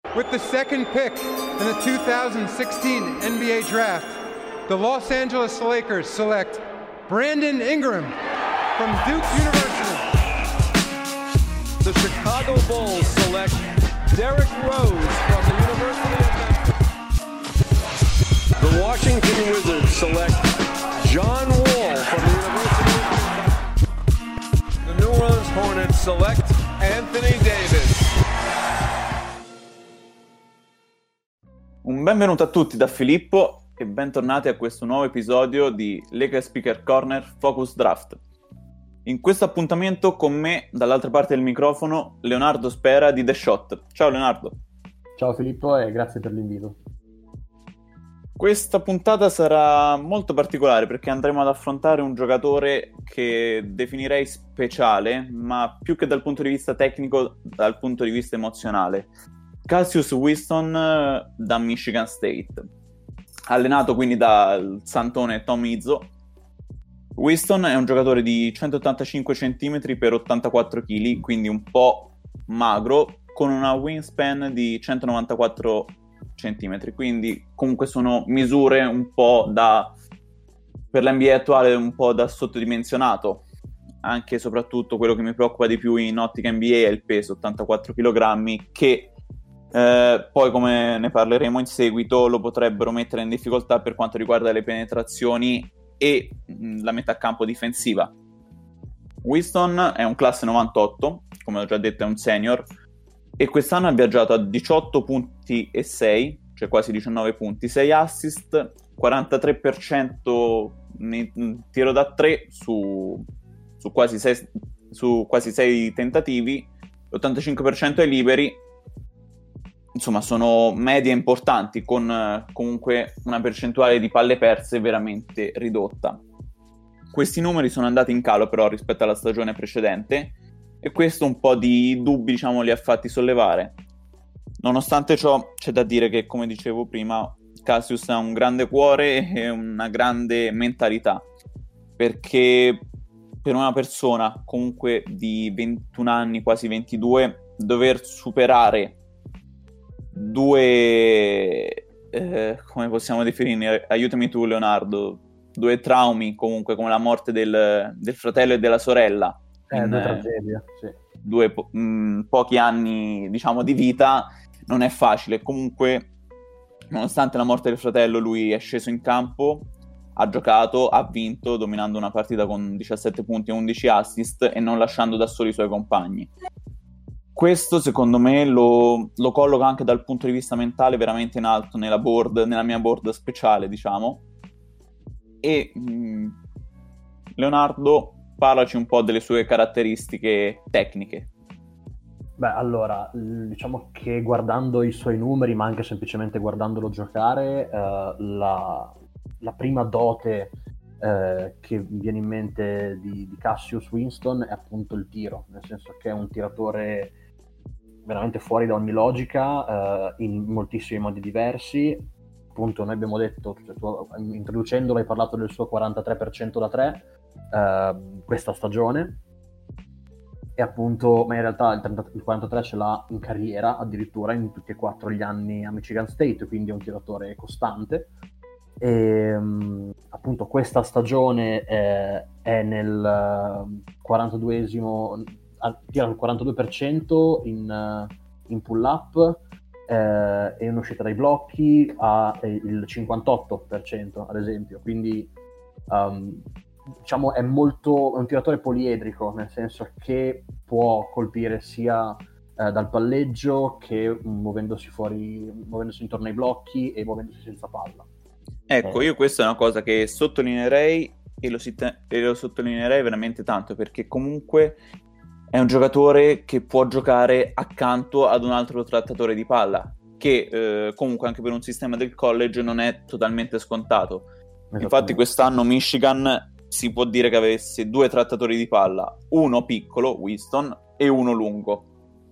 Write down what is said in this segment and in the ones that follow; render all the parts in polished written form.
With the second pick in the 2016 NBA Draft, the Los Angeles Lakers select Brandon Ingram from Duke University. The Chicago Bulls select Derrick Rose from the University of Memphis. The Washington Wizards select John Wall from the University of Memphis. The New Orleans Hornets select Anthony Davis. Un benvenuto a tutti da Filippo e bentornati a questo nuovo episodio di Lakers Speaker Corner Focus Draft. In questo appuntamento con me, dall'altra parte del microfono, Leonardo Spera di The Shot. Ciao Leonardo. Ciao Filippo e grazie per l'invito. Questa puntata sarà molto particolare perché andremo ad affrontare un giocatore che definirei speciale, ma più che dal punto di vista tecnico, dal punto di vista emozionale. Cassius Winston da Michigan State, allenato quindi dal santone Tom Izzo. Winston è un giocatore di 185 cm per 84 kg, quindi un po' magro, con una wingspan di 194 cm, quindi comunque sono misure un po' da, per l'NBA attuale, un po' da sottodimensionato. Anche e soprattutto quello che mi preoccupa di più in ottica NBA è il peso, 84 kg, che poi, come ne parleremo in seguito, lo potrebbero mettere in difficoltà per quanto riguarda le penetrazioni e la metà campo difensiva. Winston è un classe 98, come ho già detto è un senior, e quest'anno ha viaggiato a 18 punti e 6, cioè quasi 19 punti, 6 assist, 43% tiro da 3 su quasi 6 tentativi, l'85% ai liberi. Insomma, sono medie importanti, con comunque una percentuale di palle perse veramente ridotta. Questi numeri sono andati in calo però rispetto alla stagione precedente, e questo un po' di dubbi, diciamo, li ha fatti sollevare. Nonostante ciò, c'è da dire che, come dicevo prima, Cassius ha un grande cuore e una grande mentalità, perché per una persona comunque di 21 anni, quasi 22, dover superare come possiamo definire, aiutami tu Leonardo, due traumi comunque, come la morte del fratello e della sorella, due tragedie, sì. Pochi anni, diciamo, di vita, non è facile. Comunque, nonostante la morte del fratello, lui è sceso in campo, ha giocato, ha vinto, dominando una partita con 17 punti e 11 assist e non lasciando da soli i suoi compagni. Questo secondo me lo colloca anche dal punto di vista mentale veramente in alto nella mia board speciale, diciamo. E Leonardo, parlaci un po' delle sue caratteristiche tecniche. Beh, allora, diciamo che guardando i suoi numeri, ma anche semplicemente guardandolo giocare, la prima dote che viene in mente di Cassius Winston è appunto il tiro, nel senso che è un tiratore veramente fuori da ogni logica, in moltissimi modi diversi. Appunto, noi abbiamo detto, cioè, tu, introducendolo, hai parlato del suo 43% da 3 questa stagione, e appunto, ma in realtà il 43 ce l'ha in carriera addirittura in tutti e 4 gli anni a Michigan State, quindi è un tiratore costante. E appunto questa stagione è nel 42esimo, tira il 42% in pull-up, e in uscita dai blocchi ha il 58% ad esempio, quindi diciamo è un tiratore poliedrico, nel senso che può colpire sia dal palleggio che muovendosi intorno ai blocchi e muovendosi senza palla. Ecco, io questa è una cosa che sottolineerei e lo sottolineerei veramente tanto, perché comunque è un giocatore che può giocare accanto ad un altro trattatore di palla, che comunque anche per un sistema del college non è totalmente scontato. Infatti quest'anno Michigan si può dire che avesse 2 trattatori di palla, uno piccolo, Winston, e uno lungo,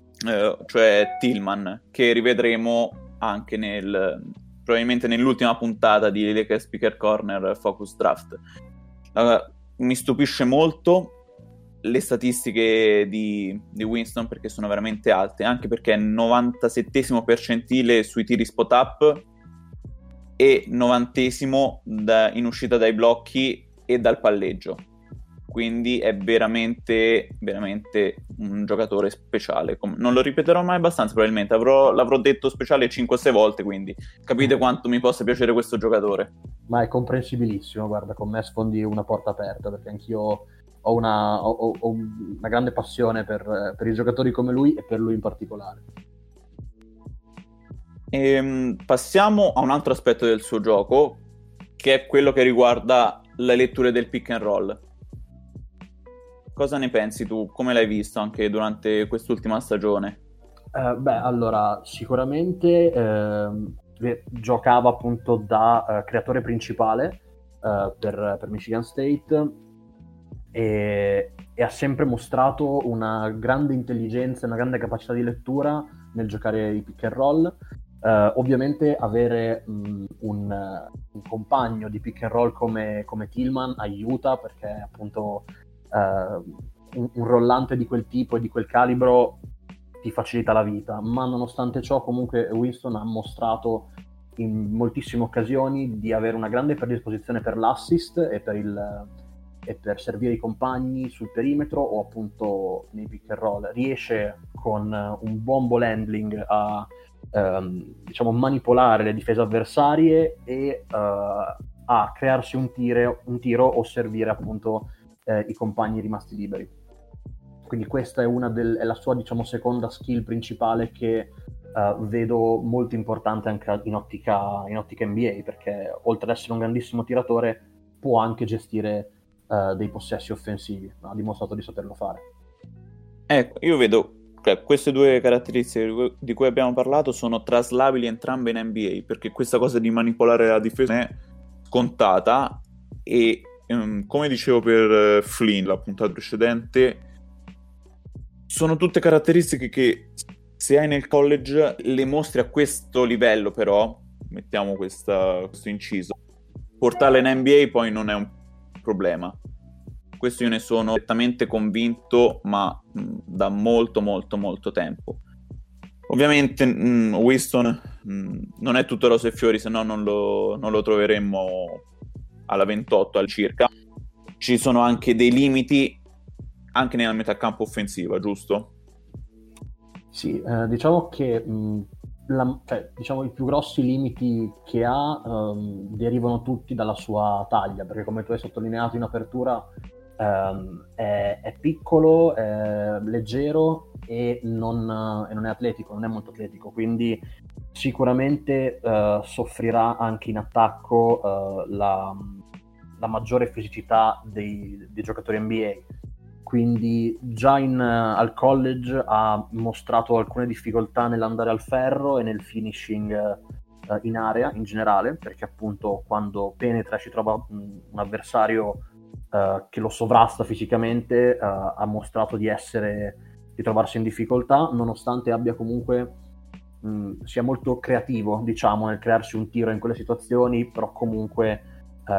cioè Tillman, che rivedremo anche probabilmente nell'ultima puntata di Lakers Speaker Corner Focus Draft. Mi stupisce molto le statistiche di Winston, perché sono veramente alte, anche perché è 97esimo percentile sui tiri spot up e 90esimo in uscita dai blocchi e dal palleggio. Quindi è veramente un giocatore speciale. Non lo ripeterò mai abbastanza, probabilmente l'avrò detto speciale 5-6 volte, quindi capite quanto mi possa piacere questo giocatore. Ma è comprensibilissimo, guarda, con me sfondi una porta aperta, perché anch'io ho una grande passione per i giocatori come lui e per lui in particolare. Passiamo a un altro aspetto del suo gioco, che è quello che riguarda le letture del pick and roll. Cosa ne pensi tu? Come l'hai visto anche durante quest'ultima stagione? Allora, sicuramente giocava appunto da creatore principale per Michigan State e ha sempre mostrato una grande intelligenza, una grande capacità di lettura nel giocare i pick and roll. Ovviamente avere un compagno di pick and roll come Tillman aiuta, perché appunto un rollante di quel tipo e di quel calibro ti facilita la vita, ma nonostante ciò comunque Winston ha mostrato in moltissime occasioni di avere una grande predisposizione per l'assist e per servire i compagni sul perimetro o appunto nei pick and roll. Riesce con un buon ball handling a manipolare le difese avversarie e a crearsi un tiro o servire appunto i compagni rimasti liberi. Quindi questa è la sua seconda skill principale che vedo molto importante anche in ottica NBA, perché oltre ad essere un grandissimo tiratore può anche gestire dei possessi offensivi, ha dimostrato di saperlo fare. Ecco, io vedo che queste due caratteristiche di cui abbiamo parlato sono traslabili entrambe in NBA, perché questa cosa di manipolare la difesa è scontata e come dicevo per Flynn la puntata precedente, sono tutte caratteristiche che se hai nel college le mostri a questo livello, però mettiamo questo inciso, portarle in NBA poi non è un problema. Questo io ne sono completamente convinto, ma da molto tempo. Ovviamente Winston non è tutto rose e fiori, se no non lo troveremmo alla 28 al circa. Ci sono anche dei limiti anche nella metà campo offensiva, giusto? Sì, diciamo che i più grossi limiti che ha derivano tutti dalla sua taglia, perché come tu hai sottolineato in apertura è piccolo, è leggero e non è atletico, non è molto atletico, quindi sicuramente soffrirà anche in attacco la maggiore fisicità dei giocatori NBA. Quindi già al college ha mostrato alcune difficoltà nell'andare al ferro e nel finishing in area in generale, perché appunto quando penetra ci trova un avversario che lo sovrasta fisicamente, ha mostrato di trovarsi in difficoltà, nonostante abbia comunque sia molto creativo, nel crearsi un tiro in quelle situazioni, però comunque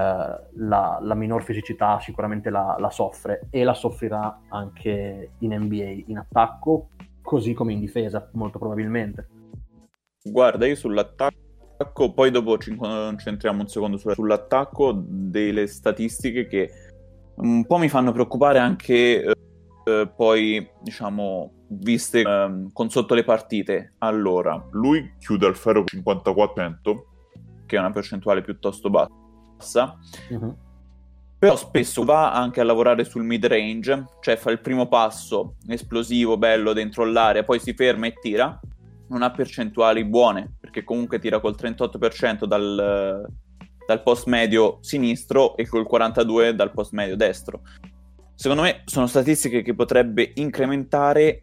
la minor fisicità sicuramente la soffre, e la soffrirà anche in NBA in attacco, così come in difesa molto probabilmente. Guarda, io sull'attacco, poi dopo ci concentriamo un secondo sull'attacco, delle statistiche che un po' mi fanno preoccupare anche poi viste con sotto le partite. Allora, lui chiude al ferro 54%, che è una percentuale piuttosto bassa. Uh-huh. Però spesso va anche a lavorare sul mid range, cioè fa il primo passo esplosivo, bello dentro l'area, poi si ferma e tira. Non ha percentuali buone, perché comunque tira col 38% dal post medio sinistro e col 42% dal post medio destro. Secondo me sono statistiche che potrebbe incrementare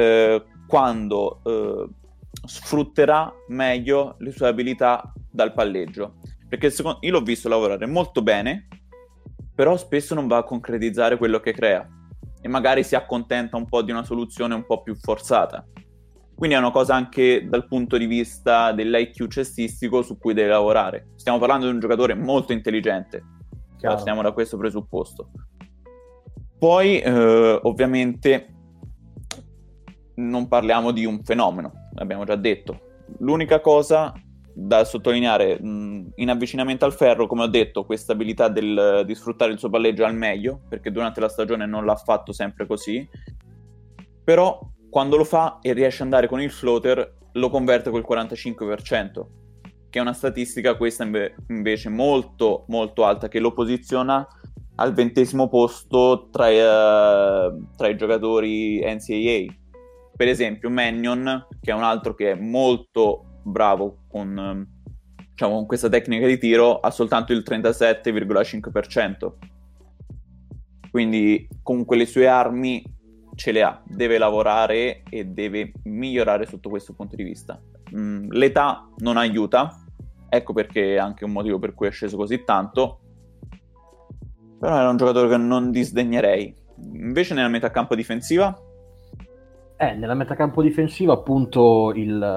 quando sfrutterà meglio le sue abilità dal palleggio, perché io l'ho visto lavorare molto bene, però spesso non va a concretizzare quello che crea e magari si accontenta un po' di una soluzione un po' più forzata. Quindi è una cosa anche dal punto di vista dell'IQ cestistico su cui deve lavorare. Stiamo parlando di un giocatore molto intelligente, partiamo da questo presupposto. Poi ovviamente non parliamo di un fenomeno, l'abbiamo già detto. L'unica cosa da sottolineare in avvicinamento al ferro, come ho detto, questa abilità di sfruttare il suo palleggio al meglio, perché durante la stagione non l'ha fatto sempre così, però quando lo fa e riesce ad andare con il floater lo converte col 45%, che è una statistica questa invece molto molto alta, che lo posiziona al 20° posto tra i giocatori NCAA. Per esempio Mannion, che è un altro che è molto bravo con questa tecnica di tiro, ha soltanto il 37,5%. Quindi comunque le sue armi ce le ha, deve lavorare e deve migliorare sotto questo punto di vista. L'età non aiuta, ecco perché è anche un motivo per cui è sceso così tanto, però era un giocatore che non disdegnerei. Invece nella metacampo difensiva? Nella metacampo difensiva appunto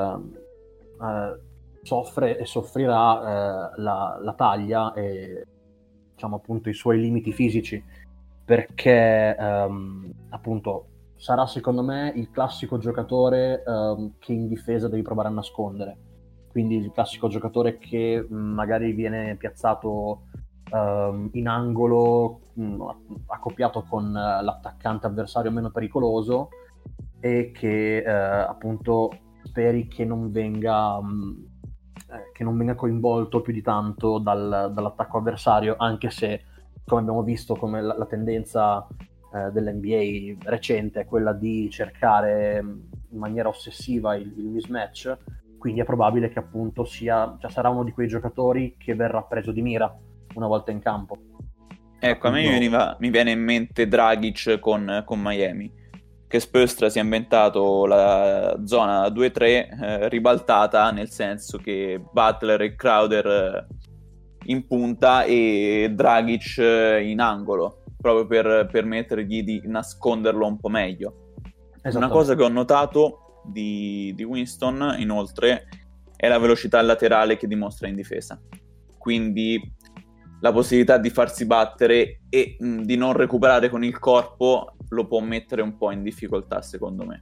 soffre e soffrirà la taglia e diciamo appunto i suoi limiti fisici, perché appunto sarà secondo me il classico giocatore che in difesa devi provare a nascondere, quindi il classico giocatore che magari viene piazzato in angolo accoppiato con l'attaccante avversario meno pericoloso e che appunto speri che non venga coinvolto più di tanto dall'attacco avversario, anche se, come abbiamo visto, come la tendenza dell'NBA recente è quella di cercare in maniera ossessiva il mismatch, quindi è probabile che appunto sarà uno di quei giocatori che verrà preso di mira una volta in campo. Ecco, appunto... a me mi viene in mente Dragic con Miami, che Spoelstra si è inventato la zona 2-3 ribaltata, nel senso che Butler e Crowder in punta e Dragic in angolo, proprio per permettergli di nasconderlo un po' meglio. Una cosa che ho notato di Winston, inoltre, è la velocità laterale che dimostra in difesa. Quindi la possibilità di farsi battere e di non recuperare con il corpo lo può mettere un po' in difficoltà, secondo me.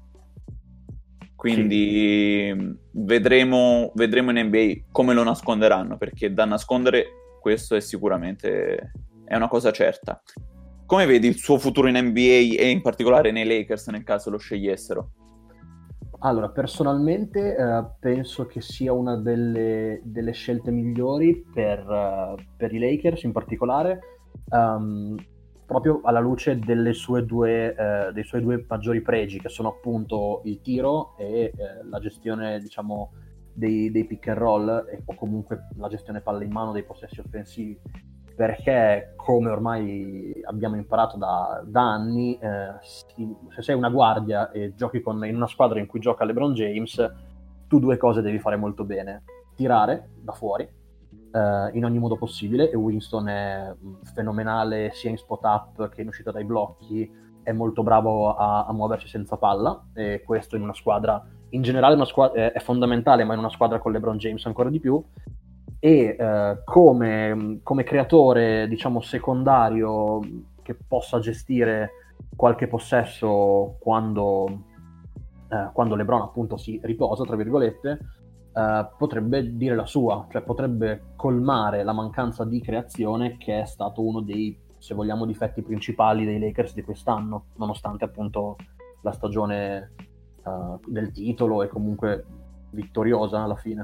Quindi sì, vedremo in NBA come lo nasconderanno, perché da nascondere questo è sicuramente una cosa certa. Come vedi il suo futuro in NBA e in particolare nei Lakers nel caso lo scegliessero? Allora, personalmente penso che sia una delle scelte migliori per i Lakers in particolare, proprio alla luce dei suoi due maggiori pregi, che sono appunto il tiro e la gestione, diciamo, dei pick and roll o comunque la gestione palla in mano dei possessi offensivi, perché come ormai abbiamo imparato da anni, se sei una guardia e giochi in una squadra in cui gioca LeBron James, tu due cose devi fare molto bene: tirare da fuori in ogni modo possibile, e Winston è fenomenale sia in spot up che in uscita dai blocchi, è molto bravo a muoversi senza palla, e questo in una squadra, in generale è fondamentale, ma in una squadra con LeBron James ancora di più. E come creatore, diciamo, secondario, che possa gestire qualche possesso quando LeBron appunto si riposa, tra virgolette, potrebbe dire la sua, cioè potrebbe colmare la mancanza di creazione, che è stato uno dei, se vogliamo, difetti principali dei Lakers di quest'anno, nonostante appunto la stagione del titolo e comunque vittoriosa alla fine.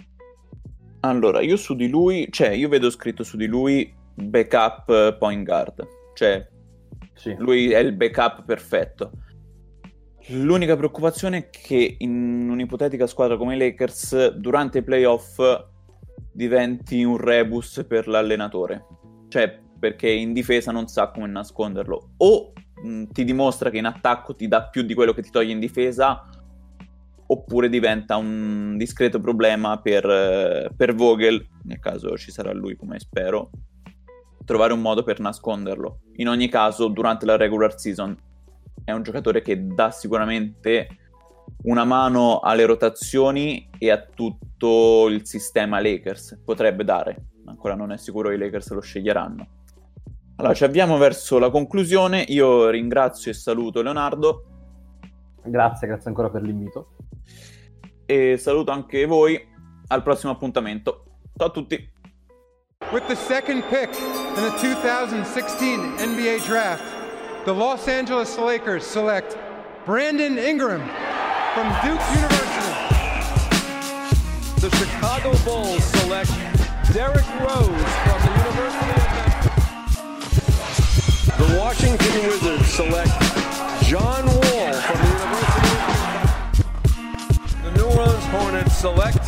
Allora, io vedo scritto su di lui backup point guard, cioè sì, lui è il backup perfetto. L'unica preoccupazione è che in un'ipotetica squadra come i Lakers, durante i playoff diventi un rebus per l'allenatore, cioè perché in difesa non sa come nasconderlo, o ti dimostra che in attacco ti dà più di quello che ti toglie in difesa, oppure diventa un discreto problema per Vogel, nel caso ci sarà lui come spero, trovare un modo per nasconderlo. In ogni caso, durante la regular season è un giocatore che dà sicuramente una mano alle rotazioni e a tutto il sistema Lakers, potrebbe dare, ancora non è sicuro che i Lakers lo sceglieranno. Allora, ci avviamo verso la conclusione. Io ringrazio e saluto Leonardo. Grazie ancora per l'invito. E saluto anche voi. Al prossimo appuntamento. Ciao a tutti. With the second pick in the 2016 NBA Draft, the Los Angeles Lakers select Brandon Ingram from Duke University. The Chicago Bulls select Derrick Rose from the University of Memphis. The Washington Wizards select John Wall from the University of Kentucky. The New Orleans Hornets select